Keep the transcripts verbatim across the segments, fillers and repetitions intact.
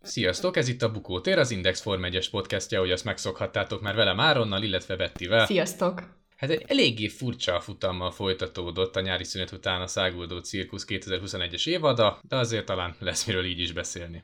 Sziasztok, ez itt a Bukótér, az Index Form egyes podcastja, hogy azt megszokhattátok már velem Áronnal, illetve Bettivel. Sziasztok! Hát egy eléggé furcsa futammal folytatódott a nyári szünet után a száguldó cirkusz kétezer-huszonegyes évada, de azért talán lesz miről így is beszélni.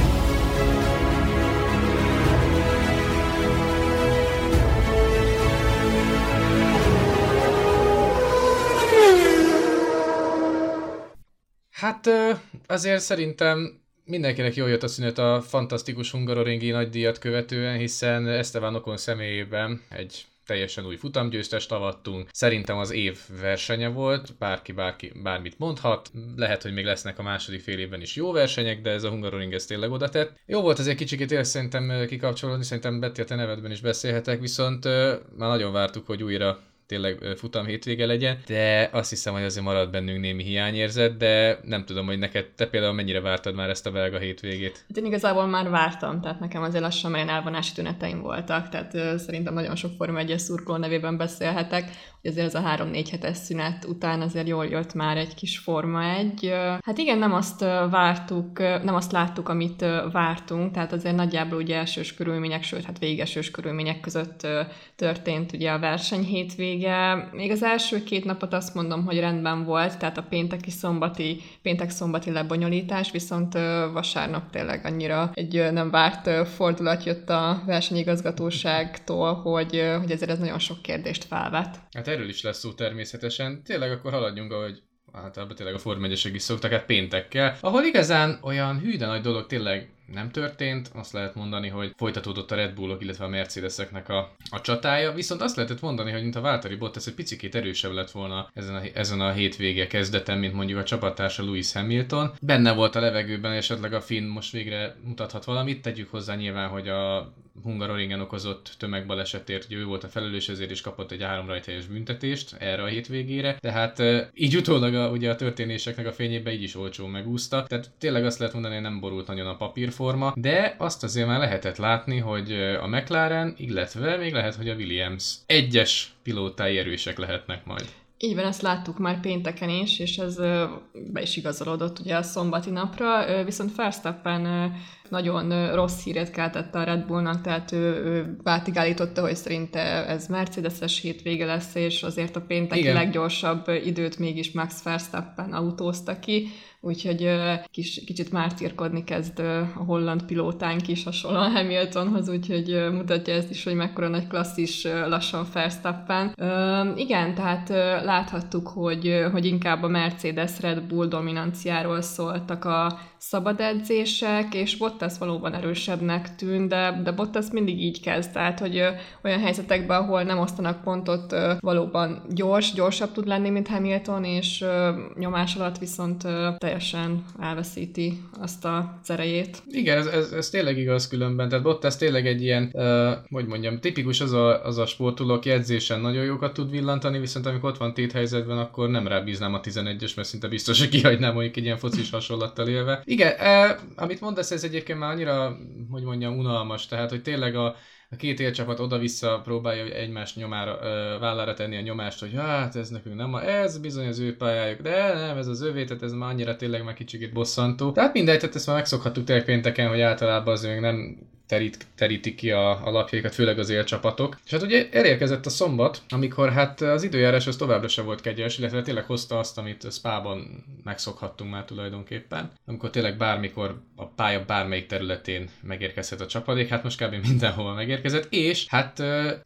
Hát azért szerintem mindenkinek jól jött a szünet a fantasztikus hungaroringi nagydíjat követően, hiszen Esteban Ocon személyében egy teljesen új futamgyőztest avattunk. Szerintem az év versenye volt, bárki, bárki bármit mondhat. Lehet, hogy még lesznek a második fél évben is jó versenyek, de ez a hungaroring ez tényleg oda tett. Jó volt azért kicsikét él szerintem kikapcsolódni, szerintem Betty, a te nevedben is beszélhetek, viszont már nagyon vártuk, hogy újra tényleg futam hétvége legyen, de azt hiszem, hogy azért marad bennünk némi hiányérzet, de nem tudom, hogy neked, te például mennyire vártad már ezt a belga hétvégét? Hát én igazából már vártam, tehát nekem azért lassan melyen elvonási tüneteim voltak, tehát uh, szerintem nagyon sok Forma egyes szurkoló nevében beszélhetek, hogy azért ez a három-négy hetes szünet után azért jól jött már egy kis Forma egy. Uh, hát igen, nem azt uh, vártuk, uh, nem azt láttuk, amit uh, vártunk, tehát azért nagyjából ugye elsős körülmények, sőt, hát végesős körülmények között uh, történt ugye a verseny hétvége. Még az első két napot azt mondom, hogy rendben volt, tehát a pénteki szombati, péntek-szombati lebonyolítás, viszont vasárnap tényleg annyira egy nem várt fordulat jött a versenyigazgatóságtól, hogy, hogy ezért ez nagyon sok kérdést felvet. Hát erről is lesz szó természetesen. Tényleg akkor haladjunk, ahogy általában tényleg a Forma egyesek is szoktak, hát péntekkel, ahol igazán olyan hű de nagy dolog tényleg nem történt, azt lehet mondani, hogy folytatódott a Red Bullok, illetve a Mercedeseknek a, a csatája, viszont azt lehetett mondani, hogy mint a Valtteri Bottas egy picikét erősebb lett volna ezen a, ezen a hétvége kezdeten, mint mondjuk a csapattársa Lewis Hamilton. Benne volt a levegőben, esetleg a Finn most végre mutathat valamit, tegyük hozzá nyilván, hogy a Hungaroringen okozott tömegbalesetért ő volt a felelős, ezért is kapott egy három rajthelyes büntetést erre a hétvégére, de hát így utólag a, ugye a történéseknek a fényében így is olcsón megúszta, tehát tényleg azt lehet mondani, hogy nem borult nagyon a papírforma, de azt azért már lehetett látni, hogy a McLaren, illetve még lehet, hogy a Williams egyes pilótái erősek lehetnek majd. Így van, ezt láttuk már pénteken is, és ez be is igazolódott ugye a szombati napra, viszont Verstappen nagyon rossz híret keltette a Red Bullnak, tehát ő, ő vátig állította, hogy szerinte ez Mercedes-es hétvége lesz, és azért a pénteki Igen. leggyorsabb időt mégis Max Verstappen autózta ki, úgyhogy kis, kicsit mártírkodni kezd a holland pilótánk is hasonlóan Hamiltonhoz, úgyhogy mutatja ezt is, hogy mekkora nagy klasszis lassan Verstappen. Igen, tehát láthattuk, hogy, hogy inkább a Mercedes Red Bull dominanciáról szóltak a szabad edzések, és Bottas valóban erősebbnek tűnt, de, de Bottas mindig így kezd, tehát hogy ö, olyan helyzetekben, ahol nem osztanak pontot, ö, valóban gyors, gyorsabb tud lenni, mint Hamilton, és ö, nyomás alatt viszont ö, teljesen elveszíti azt a erejét. Igen, ez, ez, ez tényleg igaz különben, tehát Bottas tényleg egy ilyen, ö, hogy mondjam, tipikus az a, az a sportoló, aki edzésen nagyon jókat tud villantani, viszont amikor ott van téthelyzetben, akkor nem rábíznám a tizenegyes, mert szinte biztos, hogy kihagynám mondjuk egy ilyen focis hasonlattal élve. Igen, eh, amit mondasz, ez egyébként már annyira, hogy mondjam, unalmas, tehát, hogy tényleg a, a két élcsapat oda-vissza próbálja egymás nyomára, eh, vállára tenni a nyomást, hogy hát ez nekünk nem, ez bizony az ő pályájuk, de nem, ez az övé, tehát ez már annyira tényleg már kicsikét bosszantó. Tehát mindegy, tehát ezt már megszokhattuk tényleg pénteken, hogy általában azért még nem terít, terítik ki a, a lapjaikat, főleg az élcsapatok. És hát ugye elérkezett a szombat, amikor hát az időjárás az továbbra sem volt kegyes, illetve tényleg hozta azt, amit Spában megszokhattunk már tulajdonképpen. Amikor tényleg bármikor a pálya bármelyik területén megérkezhet a csapadék, hát most kb. Mindenhol megérkezett, és hát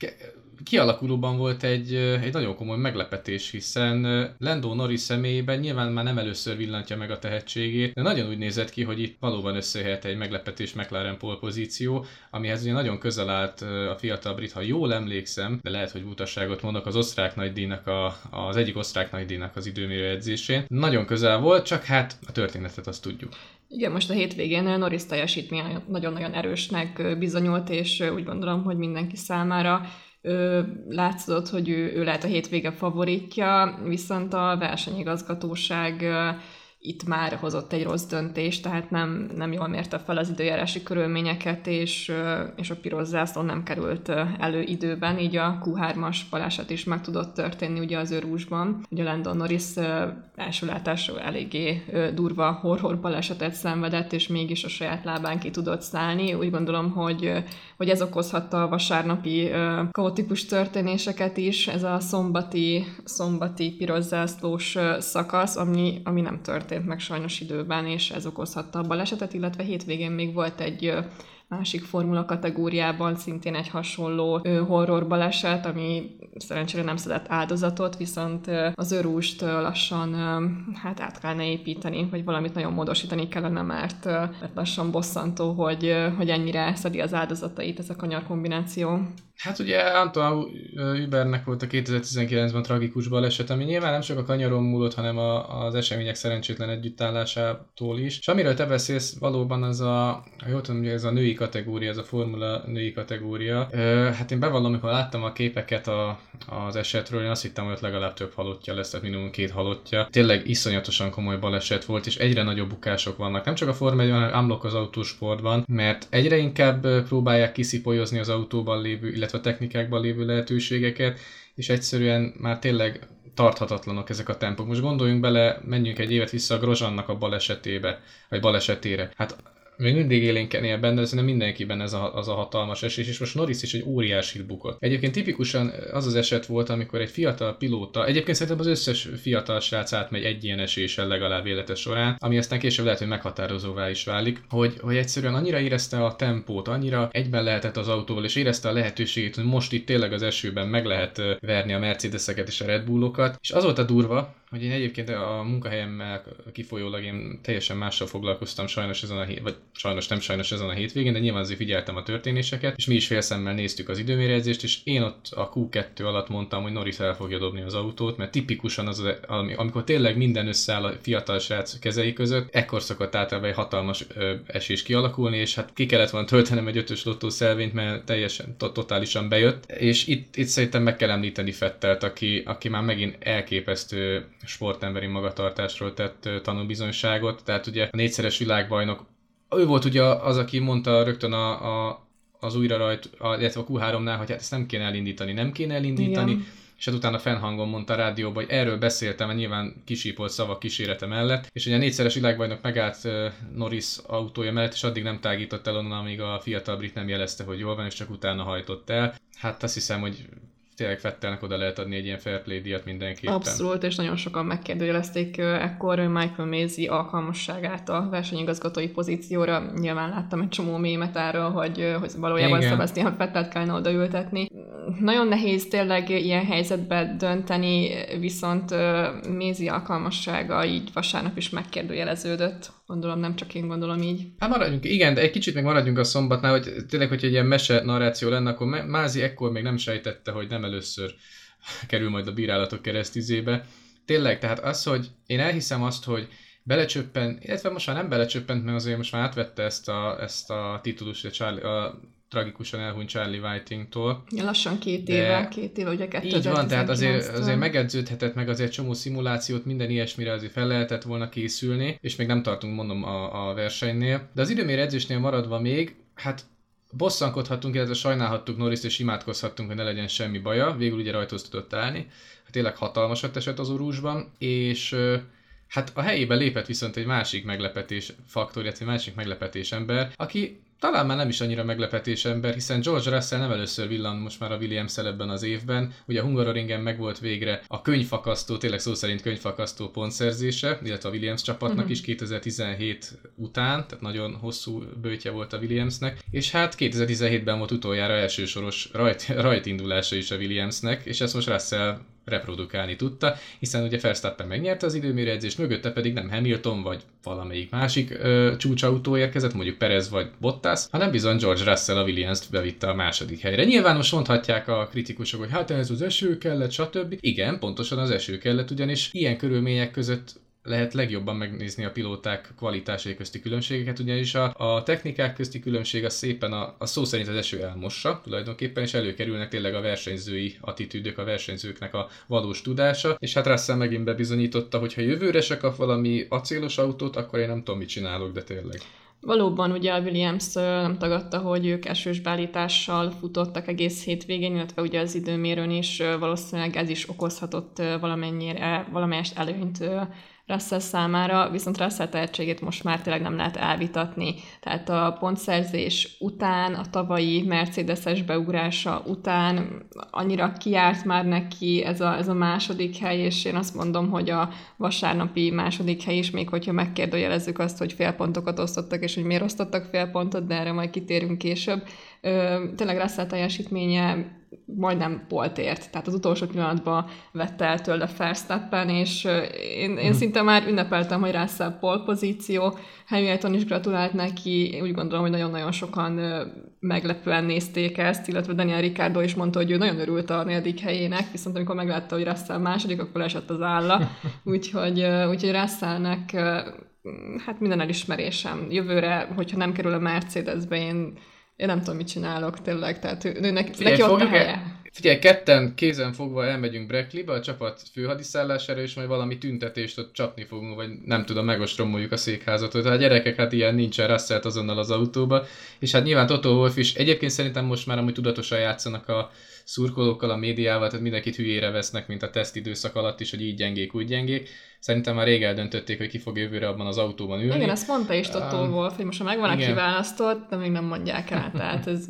kialakulóban volt egy, egy nagyon komoly meglepetés, hiszen Lando Norris személyében nyilván már nem először villantja meg a tehetségét, de nagyon úgy nézett ki, hogy itt valóban összejöhet egy meglepetés McLaren pole pozíció, amihez ugye nagyon közel állt a fiatal brit, ha jól emlékszem, de lehet, hogy butasságot mondok, az osztrák nagydíjnak, a, az egyik osztrák nagydíjnak az időmérő edzésén. Nagyon közel volt, csak hát a történetet azt tudjuk. Igen, most a hétvégén Norris teljesítmény nagyon-nagyon erősnek bizonyult, és úgy gondolom, hogy mindenki számára látszott, hogy ő, ő lehet a hétvége favoritja, viszont a versenyigazgatóság itt már hozott egy rossz döntést, tehát nem, nem jól mérte fel az időjárási körülményeket, és, és a piros zászló nem került elő időben, így a kú hármas baleset is meg tudott történni ugye az Eau-Rouge-ban. Ugye Landon Norris első látásra eléggé durva horror balesetet szenvedett, és mégis a saját lábán ki tudott szállni. Úgy gondolom, hogy, hogy ez okozhatta a vasárnapi kaotikus történéseket is, ez a szombati, szombati piros zászlós szakasz, ami, ami nem történt meg sajnos időben, és ez okozhatta a balesetet, illetve hétvégén még volt egy másik formula kategóriában szintén egy hasonló horror baleset, ami szerencsére nem szedett áldozatot, viszont az Eau-Rouge-t lassan hát át kellene építeni, vagy valamit nagyon módosítani kellene, mert, mert lassan bosszantó, hogy, hogy ennyire szedi az áldozatait ez a kanyarkombináció. Hát ugye Antoine Hubertnek volt a kétezer-tizenkilencben tragikus baleset, ami nyilván nem csak a kanyaron múlott, hanem a, az események szerencsétlen együttállásától is. És amiről te beszélsz, valóban az a, ha jól tudom, ez a női kategória, ez a formula női kategória. Ö, hát én bevallom, amikor láttam a képeket a, az esetről, én azt hittem, hogy ott legalább több halottja lesz, tehát minimum két halottja. Tényleg iszonyatosan komoly baleset volt, és egyre nagyobb bukások vannak. Nem csak a Forma egyben, hanem unblock az autósportban, mert egyre inkább próbálják kiszipolyozni az autóban lévő, illetve a technikákban lévő lehetőségeket, és egyszerűen már tényleg tarthatatlanok ezek a tempók. Most gondoljunk bele, menjünk egy évet vissza a Grosjeannak a balesetébe, vagy balesetére. Hát még mindig élénken él benne, de szerintem mindenkiben ez a, az a hatalmas esés, és most Norris is egy óriásit bukott. Egyébként tipikusan az az eset volt, amikor egy fiatal pilóta, egyébként szerintem az összes fiatal srác átmegy egy ilyen eséssel legalább élete során, ami aztán később lehet, hogy meghatározóvá is válik, hogy, hogy egyszerűen annyira érezte a tempót, annyira egyben lehetett az autóval, és érezte a lehetőségét, hogy most itt tényleg az esőben meg lehet verni a Mercedeseket és a Red Bullokat, és az volt a durva, hogy én egyébként a munkahelyemmel kifolyólag én teljesen mással foglalkoztam sajnos ezen a hét, vagy sajnos nem sajnos ezen a hétvégén, de nyilván azért figyeltem a történéseket, és mi is félszemmel néztük az időmérjegyzést, és én ott a kú kettő alatt mondtam, hogy Norris el fogja dobni az autót, mert tipikusan az, amikor tényleg minden összeáll a fiatal srác kezei között, ekkor szokott általában egy hatalmas ö, esés kialakulni, és hát ki kellett volna töltenem egy ötös lottó szelvényt, mert teljesen, totálisan bejött, és itt, itt szerintem meg kell említeni Vettelt, aki, aki már megint elképesztő sportemberi magatartásról tett tanúbizonyságot, tehát ugye a négyszeres világbajnok, ő volt ugye az, aki mondta rögtön a, a, az újra rajt, a, illetve a kú háromnál, hogy hát ezt nem kéne elindítani, nem kéne elindítani, igen. És hát utána fennhangon mondta a rádióban, hogy erről beszéltem, mert nyilván kisípolt szavak kísérete mellett, és ugye a négyszeres világbajnok megállt Norris autója mellett, és addig nem tágított el onnan, amíg a fiatal brit nem jelezte, hogy jól van, és csak utána hajtott el. Hát azt hiszem, hogy tényleg Vettelnek oda lehet adni egy ilyen fair play díjat mindenképpen. Abszolút, és nagyon sokan megkérdőjelezték ekkor Michael Masi alkalmasságát a versenyigazgatói pozícióra. Nyilván láttam egy csomó mémet arról, hogy, hogy valójában igen. Sebastian Vettelt kellene odaültetni. Nagyon nehéz tényleg ilyen helyzetben dönteni, viszont Masi alkalmassága így vasárnap is megkérdőjeleződött. Gondolom, nem csak én gondolom így. Hát maradjunk, igen, de egy kicsit még maradjunk a szombatnál, hogy tényleg, hogyha egy ilyen mese narráció lenne, akkor Masi ekkor még nem sejtette, hogy nem először kerül majd a bírálatok keresztüzébe. Tényleg, tehát az, hogy én elhiszem azt, hogy belecsöppen, illetve most már nem belecsöppent, mert azért most már átvette ezt a, ezt a titulust, a, Charlie, a tragikusan elhunyt Charlie Whitingtól. Ja, lassan két éve, két éve, ugye kétezer-tizenkilenctől. Így van, tehát azért, azért megedződhetett, meg azért csomó szimulációt, minden ilyesmire azért fel lehetett volna készülni, és még nem tartunk, mondom, a, a versenynél. De az időmérő edzésnél maradva még, hát bosszankodhattunk, illetve sajnálhattuk Norrist, és imádkozhattunk, hogy ne legyen semmi baja. Végül ugye rajthoz tudott állni. Hát tényleg hatalmasat esett az Eau-Rouge-ban, és hát a helyébe lépett viszont egy másik meglepetés faktor, illetve másik meglepetés ember, aki talán már nem is annyira meglepetés ember, hiszen George Russell nem először villan most már a Williams-el ebben az évben. Ugye a Hungaroringen megvolt végre a könyvfakasztó, tényleg szó szerint könyvfakasztó pontszerzése, illetve a Williams csapatnak uh-huh. is kétezer-tizenhét után, tehát nagyon hosszú bőtje volt a Williamsnek, és hát kétezer-tizenhétben volt utoljára elsősoros rajt, rajtindulása is a Williamsnek, és ezt most Russell reprodukálni tudta, hiszen ugye Verstappen megnyerte az időmérőedzést, mögötte pedig nem Hamilton vagy valamelyik másik ö, csúcsautó érkezett, mondjuk Perez vagy Bottas, hanem bizony George Russell a Williams-t bevitte a második helyre. Nyilván most mondhatják a kritikusok, hogy hát ez az eső kellett, stb. Igen, pontosan az eső kellett, ugyanis ilyen körülmények között lehet legjobban megnézni a pilóták kvalitásai közti különbségeket, ugyanis a, a technikák közti különbség az szépen a, a szó szerint az eső elmossa tulajdonképpen, és előkerülnek tényleg a versenyzői attitűdök, a versenyzőknek a valós tudása, és hát Russell megint bebizonyította, hogy ha jövőre se kap valami acélos autót, akkor én nem tudom, mit csinálok, de tényleg. Valóban ugye a Williams nem tagadta, hogy ők esős beállítással futottak egész hétvégén, illetve ugye az időmérőn is valószínűleg ez is okozhatott valamennyire, valamelyest előnyt Russell számára, viszont Russell tehetségét most már tényleg nem lehet elvitatni. Tehát a pontszerzés után, a tavalyi Mercedes-es beugrása után annyira kiárt már neki ez a, ez a második hely, és én azt mondom, hogy a vasárnapi második hely is, még hogyha megkérdőjelezzük azt, hogy félpontokat osztottak, és hogy miért osztottak félpontot, de erre majd kitérünk később. Ö, tényleg Russell teljesítménye majdnem poltért, tehát az utolsó pillanatban vette el tőle Verstappen, és én, én szinte már ünnepeltem, hogy Russell pole pozíció, Hamilton is gratulált neki, úgy gondolom, hogy nagyon-nagyon sokan meglepően nézték ezt, illetve Daniel Ricciardo is mondta, hogy ő nagyon örült a negyedik helyének, viszont amikor meglátta, hogy Russell második, akkor esett az álla, úgyhogy, úgyhogy Russellnek hát minden elismerésem. Jövőre, hogyha nem kerül a Mercedesbe, én Én nem tudom, mit csinálok tényleg, tehát ő, neki, Figyelj, neki ott a helye. El, figyelj, ketten kézen fogva elmegyünk Brackleybe, a csapat főhadiszállására, és majd valami tüntetést ott csapni fogunk, vagy nem tudom, megostromoljuk a székházat. Tehát a gyerekek, hát ilyen nincsen, Russellt azonnal az autóba. És hát nyilván Toto Wolff is, egyébként szerintem most már amúgy tudatosan játszanak a szurkolókkal, a médiával, tehát mindenkit hülyére vesznek, mint a tesztidőszak alatt is, hogy így gyengék, úgy gyengék. Szerintem már rég eldöntötték, hogy ki fog jövőre abban az autóban ülni. Igen, azt mondta is Toto um, Wolff, hogy most már megvan, aki választott, de még nem mondják el, tehát ez...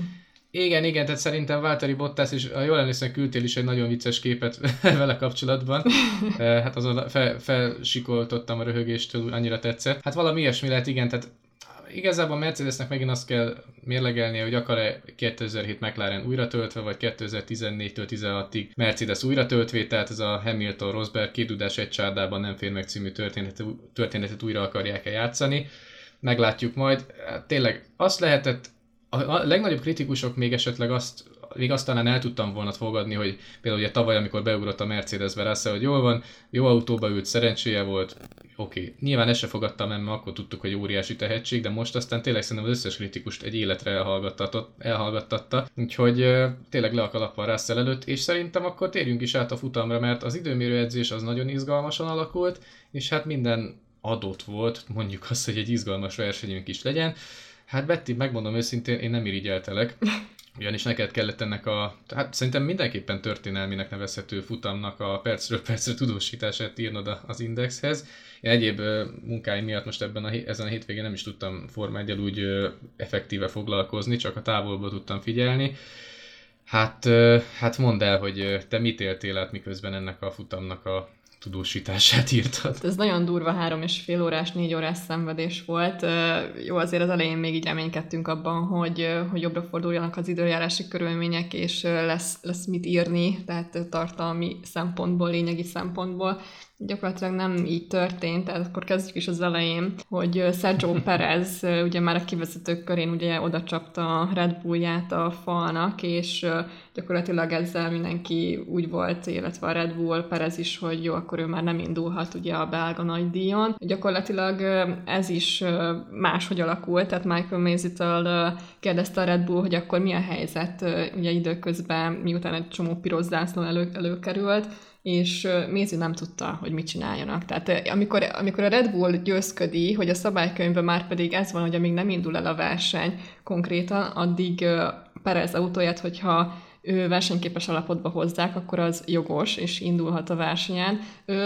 Igen, igen, tehát szerintem Valtteri Bottas is, ha jól emlékszem, küldtél is egy nagyon vicces képet vele kapcsolatban. Hát azon fel, felsikoltottam a röhögéstől, annyira tetszett. Hát valami ilyesmi lehet, igen, tehát igazából a Mercedesnek megint azt kell mérlegelnie, hogy akar-e kétezer-hét McLaren újra töltve, vagy kétezer-tizennégytől tizenhatig Mercedes újra töltvé, tehát ez a Hamilton-Rosberg két dudás egy csárdában nem fér meg című történetet, történetet újra akarják-e játszani. Meglátjuk majd. Tényleg azt lehetett, a legnagyobb kritikusok még esetleg azt, még azt talán el tudtam volna fogadni, hogy például ugye tavaly, amikor beugrott a Mercedesbe Russell, hogy jól van, jó autóba ült, szerencséje volt, oké. Okay. Nyilván ezt se fogadtam el, mert akkor tudtuk, hogy óriási tehetség, de most aztán tényleg szerintem az összes kritikust egy életre elhallgattatta, úgyhogy uh, tényleg le a kalappal Russell előtt, és szerintem akkor térjünk is át a futamra, mert az időmérő edzés az nagyon izgalmasan alakult, és hát minden adott volt, mondjuk azt, hogy egy izgalmas versenyünk is legyen. Hát Betty, megmondom őszintén, én nem irigyeltelek, ugyanis neked kellett ennek a, hát szerintem mindenképpen történelminek nevezhető futamnak a percről percre tudósítását írnod az Indexhez. Én egyéb munkáim miatt most ebben a, ezen a hétvégén nem is tudtam Forma egyel úgy effektíve foglalkozni, csak a távolból tudtam figyelni. Hát, hát mondd el, hogy te mit éltél át, miközben ennek a futamnak a tudósítását írtad. Ez nagyon durva három és fél órás, négy órás szenvedés volt. Jó, azért az elején még így reménykedtünk abban, hogy, hogy jobbra forduljanak az időjárási körülmények, és lesz, lesz mit írni, tehát tartalmi szempontból, lényegi szempontból. Gyakorlatilag nem így történt, tehát akkor kezdjük is az elején, hogy Sergio Perez ugye már a kivezetők körén ugye oda csapta a Red Bullját a falnak, és gyakorlatilag ezzel mindenki úgy volt, illetve a Red Bull, Perez is, hogy jó, akkor ő már nem indulhat ugye a belga nagydíjon. Gyakorlatilag ez is máshogy alakult, tehát Michael Masi-től kérdezte a Red Bull, hogy akkor mi a helyzet ugye időközben, miután egy csomó piros zászló elő, előkerült, és Masi nem tudta, hogy mit csináljanak. Tehát amikor, amikor a Red Bull győzködi, hogy a szabálykönyvben már pedig ez van, hogy amíg nem indul el a verseny konkrétan, addig Perez autóját, hogyha ő versenyképes állapotba hozzák, akkor az jogos, és indulhat a versenyen.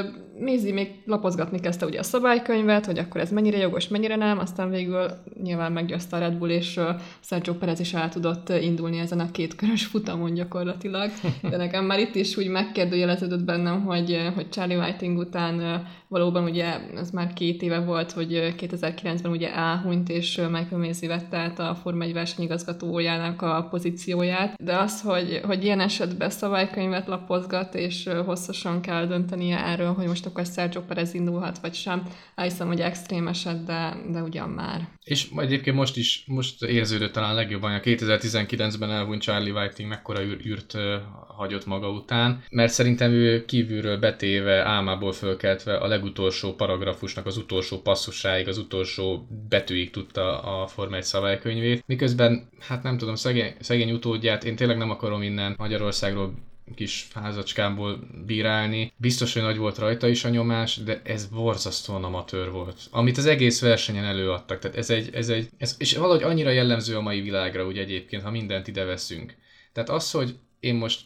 Masi még lapozgatni kezdte ugye a szabálykönyvet, hogy akkor ez mennyire jogos, mennyire nem, aztán végül nyilván meggyőzte a Red Bull, és Sergio Perez is el tudott indulni ezen a kétkörös futamon gyakorlatilag. De nekem már itt is úgy megkérdőjeleződött bennem, hogy, hogy Charlie Whiting után valóban ugye ez már két éve volt, hogy kétezer-kilencben ugye elhunyt, és Michael Masi vette át a Forma egy versenyigazgatójának a pozícióját. De az, hogy, hogy ilyen esetben szabálykönyvet lapozgat, és hosszasan kell döntenie erről, hogy most akkor Sergio Perez indulhat, vagy sem. Elhiszem, hogy extrém eset, de, de ugyan már. És egyébként most is, most érződött talán legjobban, a kétezer-tizenkilencben elhunyt Charlie Whiting mekkora űr, űrt uh, hagyott maga után, mert szerintem ő kívülről betéve, álmából fölkeltve a legutolsó paragrafusnak az utolsó passzusáig, az utolsó betűig tudta a Forma egy szabálykönyvét. Miközben, hát nem tudom, szegény, szegény utódját én tényleg nem akarom innen Magyarországról kis házacskámból bírálni. Biztos, hogy nagy volt rajta is a nyomás, de ez borzasztóan amatőr volt. Amit az egész versenyen előadtak. Tehát ez egy, ez egy, ez, és valahogy annyira jellemző a mai világra, úgy egyébként, ha mindent ide veszünk. Tehát az, hogy én most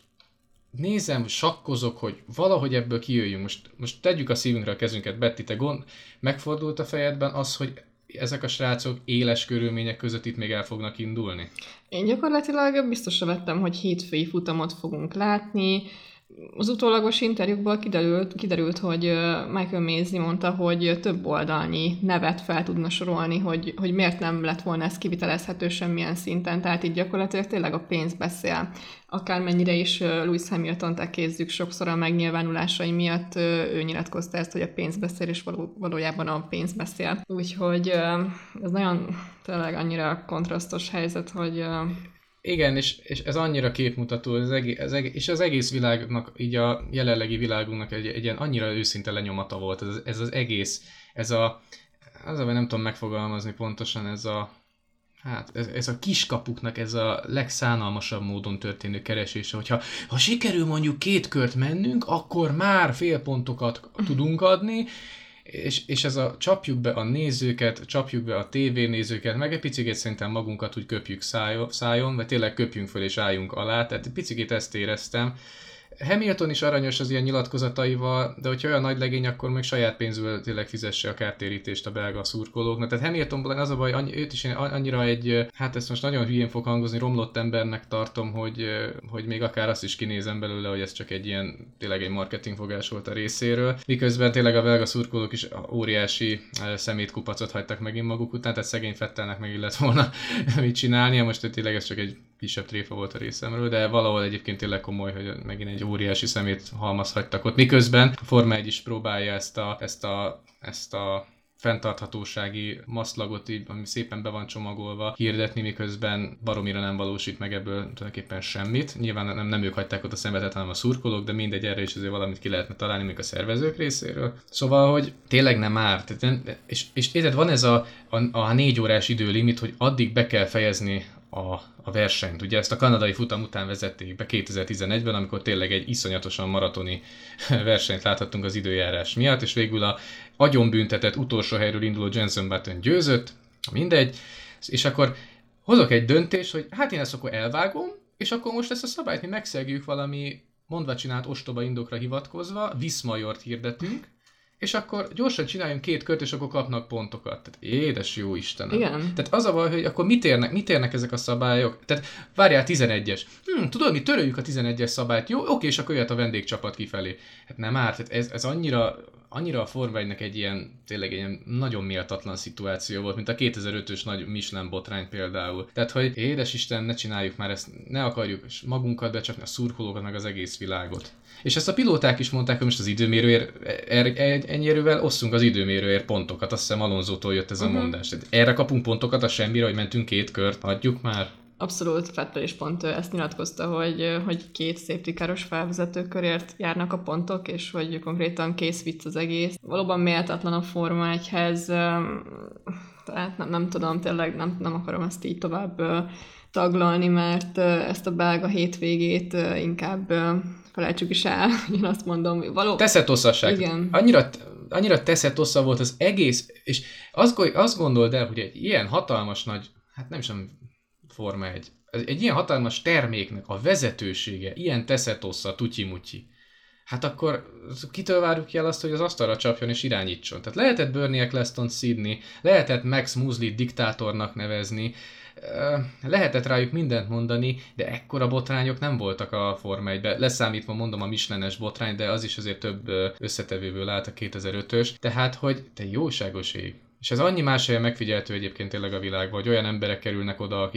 nézem, sakkozok, hogy valahogy ebből kijöjjünk. Most, most tegyük a szívünkre a kezünket, Betty, te gond, megfordult a fejedben az, hogy ezek a srácok éles körülmények között itt még el fognak indulni? Én gyakorlatilag biztosra vettem, hogy hétfői futamot fogunk látni. Az utólagos interjúkból kiderült, kiderült, hogy Michael Maisie mondta, hogy több oldalnyi nevet fel tudna sorolni, hogy, hogy miért nem lett volna ez kivitelezhető semmilyen szinten. Tehát így gyakorlatilag tényleg a pénz beszél. Akármennyire is Lewis Hamilton-t elkézzük sokszor a megnyilvánulásai miatt, ő nyilatkozta ezt, hogy a pénz beszél, és való, valójában a pénz beszél. Úgyhogy ez nagyon tényleg annyira kontrasztos helyzet, hogy... Igen, és, és ez annyira képmutató, az egész, az egész, és az egész világnak, így a jelenlegi világunknak egy, egy ilyen annyira őszinte lenyomata volt. Ez, ez az egész, ez a, az a, nem tudom megfogalmazni pontosan, ez a, hát ez, ez a kiskapuknak ez a legszánalmasabb módon történő keresése, hogyha ha sikerül mondjuk két kört mennünk, akkor már félpontokat tudunk adni, És, és ez a csapjuk be a nézőket, csapjuk be a tévénézőket, meg egy picit szerintem magunkat úgy köpjük szájon, szájon, vagy tényleg köpjünk föl és álljunk alá, tehát egy picit ezt éreztem. Hamilton is aranyos az ilyen nyilatkozataival, de hogyha olyan nagy legény, akkor még saját pénzből tényleg fizesse a kártérítést a belga szurkolóknak. Tehát Hamiltonból az a baj, annyi, őt is én annyira egy, hát ezt most nagyon hülyén fog hangozni, romlott embernek tartom, hogy, hogy még akár azt is kinézem belőle, hogy ez csak egy ilyen, tényleg egy marketingfogás volt a részéről. Miközben tényleg a belga szurkolók is óriási szemétkupacot hagytak megint maguk után, tehát szegény Vettelnek meg illet volna mit csinálnia. Most tényleg ez csak egy kisebb tréfa volt a részemről, de valahol egyébként tényleg komoly, hogy megint egy óriási szemét halmaz hagytak ott. Miközben a Forma egy is próbálja ezt a, ezt a, ezt a fenntarthatósági maszlagot, így, ami szépen be van csomagolva, hirdetni, miközben baromira nem valósít meg ebből tulajdonképpen semmit. Nyilván nem, nem ők hagyták ott a szenvedet, hanem a szurkolók, de mindegy, erre is azért valamit ki lehetne találni még a szervezők részéről. Szóval, hogy tényleg nem árt. És, és érted, van ez a, a, a négy órás időlimit, hogy addig be kell fejezni a, a versenyt. Ugye ezt a kanadai futam után vezették be kétezer-tizenegyben, amikor tényleg egy iszonyatosan maratoni versenyt láthattunk az időjárás miatt, és végül a agyonbüntetett utolsó helyről induló Jenson Button győzött, mindegy, és akkor hozok egy döntést, hogy hát én ezt akkor elvágom, és akkor most ezt a szabályt mi megszegjük valami mondva csinált ostoba indokra hivatkozva, Viszmajort hirdetünk, és akkor gyorsan csináljunk két kört, és akkor kapnak pontokat. Tehát édes jó Istenem. Igen. Tehát az a baj, hogy akkor mit érnek, mit érnek ezek a szabályok? Tehát várjál, tizenegyes. Hm, tudod, mi töröljük a tizenegyes szabályt, jó? Oké, és akkor jöhet a vendégcsapat kifelé. Hát nem árt, tehát ez, ez annyira, annyira a Forma egynek egy ilyen, tényleg egy ilyen nagyon méltatlan szituáció volt, mint a kétezer-ötös nagy Michelin botrány például. Tehát, hogy édes Isten, ne csináljuk már ezt, ne akarjuk magunkat becsapni, a szurkolókat, meg az egész világot. És ezt a pilóták is mondták, hogy most az időmérőért, ennyi erővel osszunk az időmérőért pontokat. Azt hiszem Alonzótól jött ez a uh-huh. mondás. Tehát erre kapunk pontokat, a semmire, hogy mentünk két kört. Adjuk már. Abszolút, Vettel is pont ezt nyilatkozta, hogy, hogy két safety car-os felvezetőkörért járnak a pontok, és hogy konkrétan kész vicc az egész. Valóban méltatlan a Forma egyhez, tehát nem, nem tudom, tényleg nem, nem akarom ezt így tovább taglalni, mert ezt a belga hétvégét inkább felejtsük is el, én azt mondom. Való... Teszetosszaság. Igen. Annyira, annyira teszetossza volt az egész, és azt, azt gondold el, hogy egy ilyen hatalmas nagy, hát nem is tudom, Forma egy, egy ilyen hatalmas terméknek a vezetősége, ilyen teszetossza, tutyi-mutyi, hát akkor kitől várjuk el azt, hogy az asztalra csapjon és irányítson? Tehát lehetett Bernie Ecclestont szídni, lehetett Max Mosley diktátornak nevezni, lehetett rájuk mindent mondani, de ekkora botrányok nem voltak a Forma egyben. Leszámítva mondom a Michelin-es botrány, de az is azért több összetevőből állt a kétezer-ötös. Tehát, hogy te jóságos ég. És ez annyi más helyen megfigyelhető egyébként tényleg a világban, hogy olyan emberek kerülnek oda, akik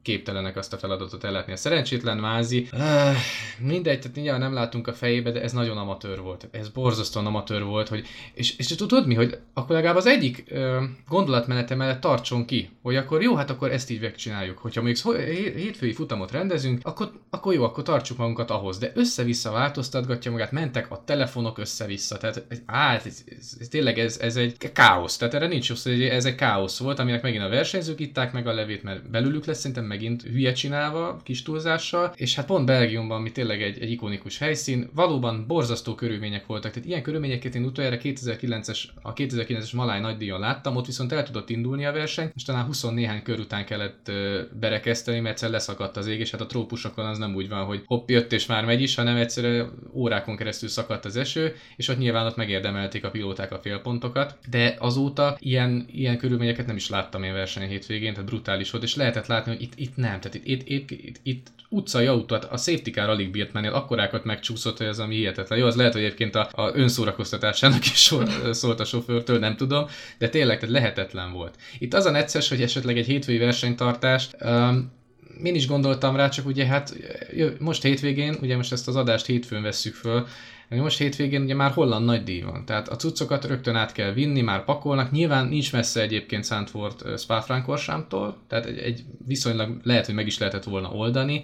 képtelenek azt a feladatot ellátni. A szerencsétlen Mázi, uh, mindegy, tehát nyilván nem látunk a fejébe, de ez nagyon amatőr volt. Ez borzasztóan amatőr volt, hogy, és, és tudod mi, hogy akkor legalább az egyik uh, gondolatmenete mellett tartson ki, hogy akkor jó, hát akkor ezt így megcsináljuk. Hogyha még hétfői futamot rendezünk, akkor, akkor jó, akkor tartsuk magunkat ahhoz, de össze-vissza változtatgatja magát, mentek a telefonok össze-vissza, tehát á, ez, ez, ez, tényleg ez, ez egy káosz, tehát erre nincs szó, ez egy káosz volt, aminek megint a versenyzők itták meg a levét, mert belülük lesz szerintem megint hülye csinálva, kis túlzással, és hát pont Belgiumban, ami tényleg egy, egy ikonikus helyszín, valóban borzasztó körülmények voltak, tehát ilyen körülményeket én utoljára kétezer-kilences, a kétezer-kilences Maláj nagydíjon láttam, ott viszont el tudott indulni a verseny, és talán húsz néhány kör után kellett uh, berekeszteni, mert egyszer leszakadt az ég, és hát a trópusokon az nem úgy van, hogy hopp, jött és már megy is, hanem egyszerűen órákon keresztül szakadt az eső, és ott nyilván ott megérdemelték a pilóták a félpontokat, de azóta ilyen, ilyen körülményeket nem is láttam én verseny hétvégén, tehát brutális volt, és lehetett látni, hogy itt, itt nem, tehát itt, itt, itt, itt, itt utcai autó, a safety car alig bírt menni, akkorákat megcsúszott, hogy ez ami hihetetlen. Jó, az lehet, hogy egyébként a, a önszórakoztatásának is szólt a sofőrtől, nem tudom, de tényleg tehát lehetetlen volt. Itt az a necces, hogy esetleg egy hétfői versenytartást um, én is gondoltam rá, csak ugye hát most hétvégén, ugye most ezt az adást hétfőn vesszük föl, most hétvégén ugye már holland nagydíj van, tehát a cuccokat rögtön át kell vinni, már pakolnak, nyilván nincs messze egyébként Zandvoort Spa-Francorchamps-tól, tehát egy, egy viszonylag lehet, hogy meg is lehetett volna oldani,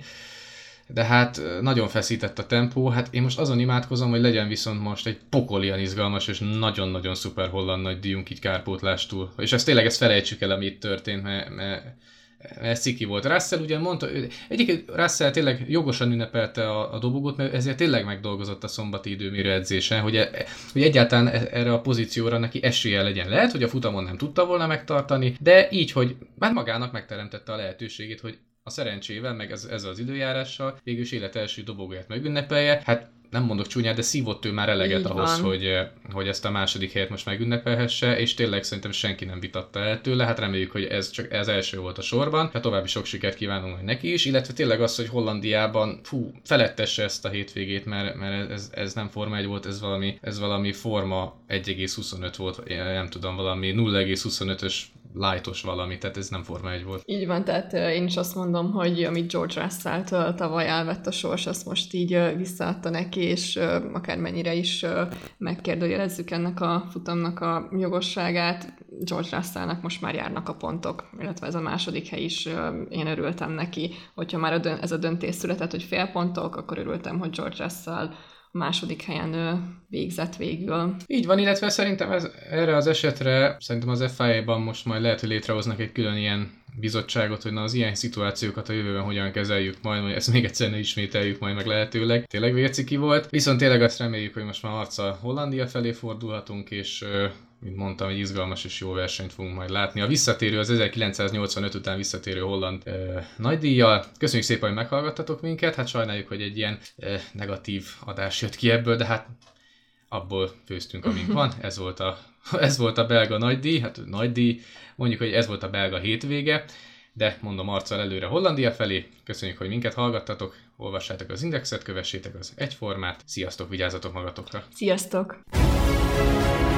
de hát nagyon feszített a tempó, hát én most azon imádkozom, hogy legyen viszont most egy pokolian izgalmas és nagyon-nagyon szuper holland nagydíjunk így kárpótlástól, és ezt tényleg ezt felejtsük el, ami itt történt, mert, mert ez ciki volt. Russell ugye mondta, egyébként Russell tényleg jogosan ünnepelte a, a dobogót, mert ezért tényleg megdolgozott a szombati időmérő edzésen, hogy, e, hogy egyáltalán erre a pozícióra neki esélye legyen. Lehet, hogy a futamon nem tudta volna megtartani, de így, hogy már magának megteremtette a lehetőségét, hogy a szerencsével, meg ez, ezzel az időjárással végül is élet első dobogóját megünnepelje. Hát nem mondok csúnyát, de szívott ő már eleget így ahhoz, hogy, hogy ezt a második helyet most megünnepelhesse, és tényleg szerintem senki nem vitatta el tőle, hát reméljük, hogy ez csak ez első volt a sorban, hát további sok sikert kívánunk majd neki is, illetve tényleg az, hogy Hollandiában fú, felettesse ezt a hétvégét, mert, mert ez, ez nem Forma egy volt, ez valami, ez valami Forma egy egész huszonöt volt, nem tudom, valami nulla egész huszonötös lightos valami, tehát ez nem Forma egy volt. Így van, tehát én is azt mondom, hogy amit George Russell-től tavaly elvett a sors, azt most így visszaadta neki, és akármennyire is megkérdőjelezzük ennek a futamnak a jogosságát, George Russellnek most már járnak a pontok, illetve ez a második hely is, én örültem neki, hogyha már ez a döntés született, hogy fél pontok, akkor örültem, hogy George Russell a második helyen végzett végül. Így van, illetve szerintem ez, erre az esetre szerintem az ef i á-ban most majd lehet, hogy létrehoznak egy külön ilyen bizottságot, hogy na az ilyen szituációkat a jövőben hogyan kezeljük majd, hogy ezt még egyszer ne ismételjük majd meg lehetőleg. Tényleg vérciki volt. Viszont tényleg azt reméljük, hogy most már arccal Hollandia felé fordulhatunk, és mint mondtam, egy izgalmas és jó versenyt fogunk majd látni. A visszatérő, az ezerkilencszáznyolcvanöt után visszatérő holland eh, nagydíjjal. Köszönjük szépen, hogy meghallgattatok minket. Hát sajnáljuk, hogy egy ilyen eh, negatív adás jött ki ebből, de hát abból főztünk, amink van. Ez volt a, ez volt a belga nagydíj, hát nagydíj. Mondjuk, hogy ez volt a belga hétvége, de mondom arccal előre Hollandia felé. Köszönjük, hogy minket hallgattatok. Olvassátok az Indexet, kövessétek az Egyformát. Sziasztok, vigyázzatok magatokra! Sziasztok!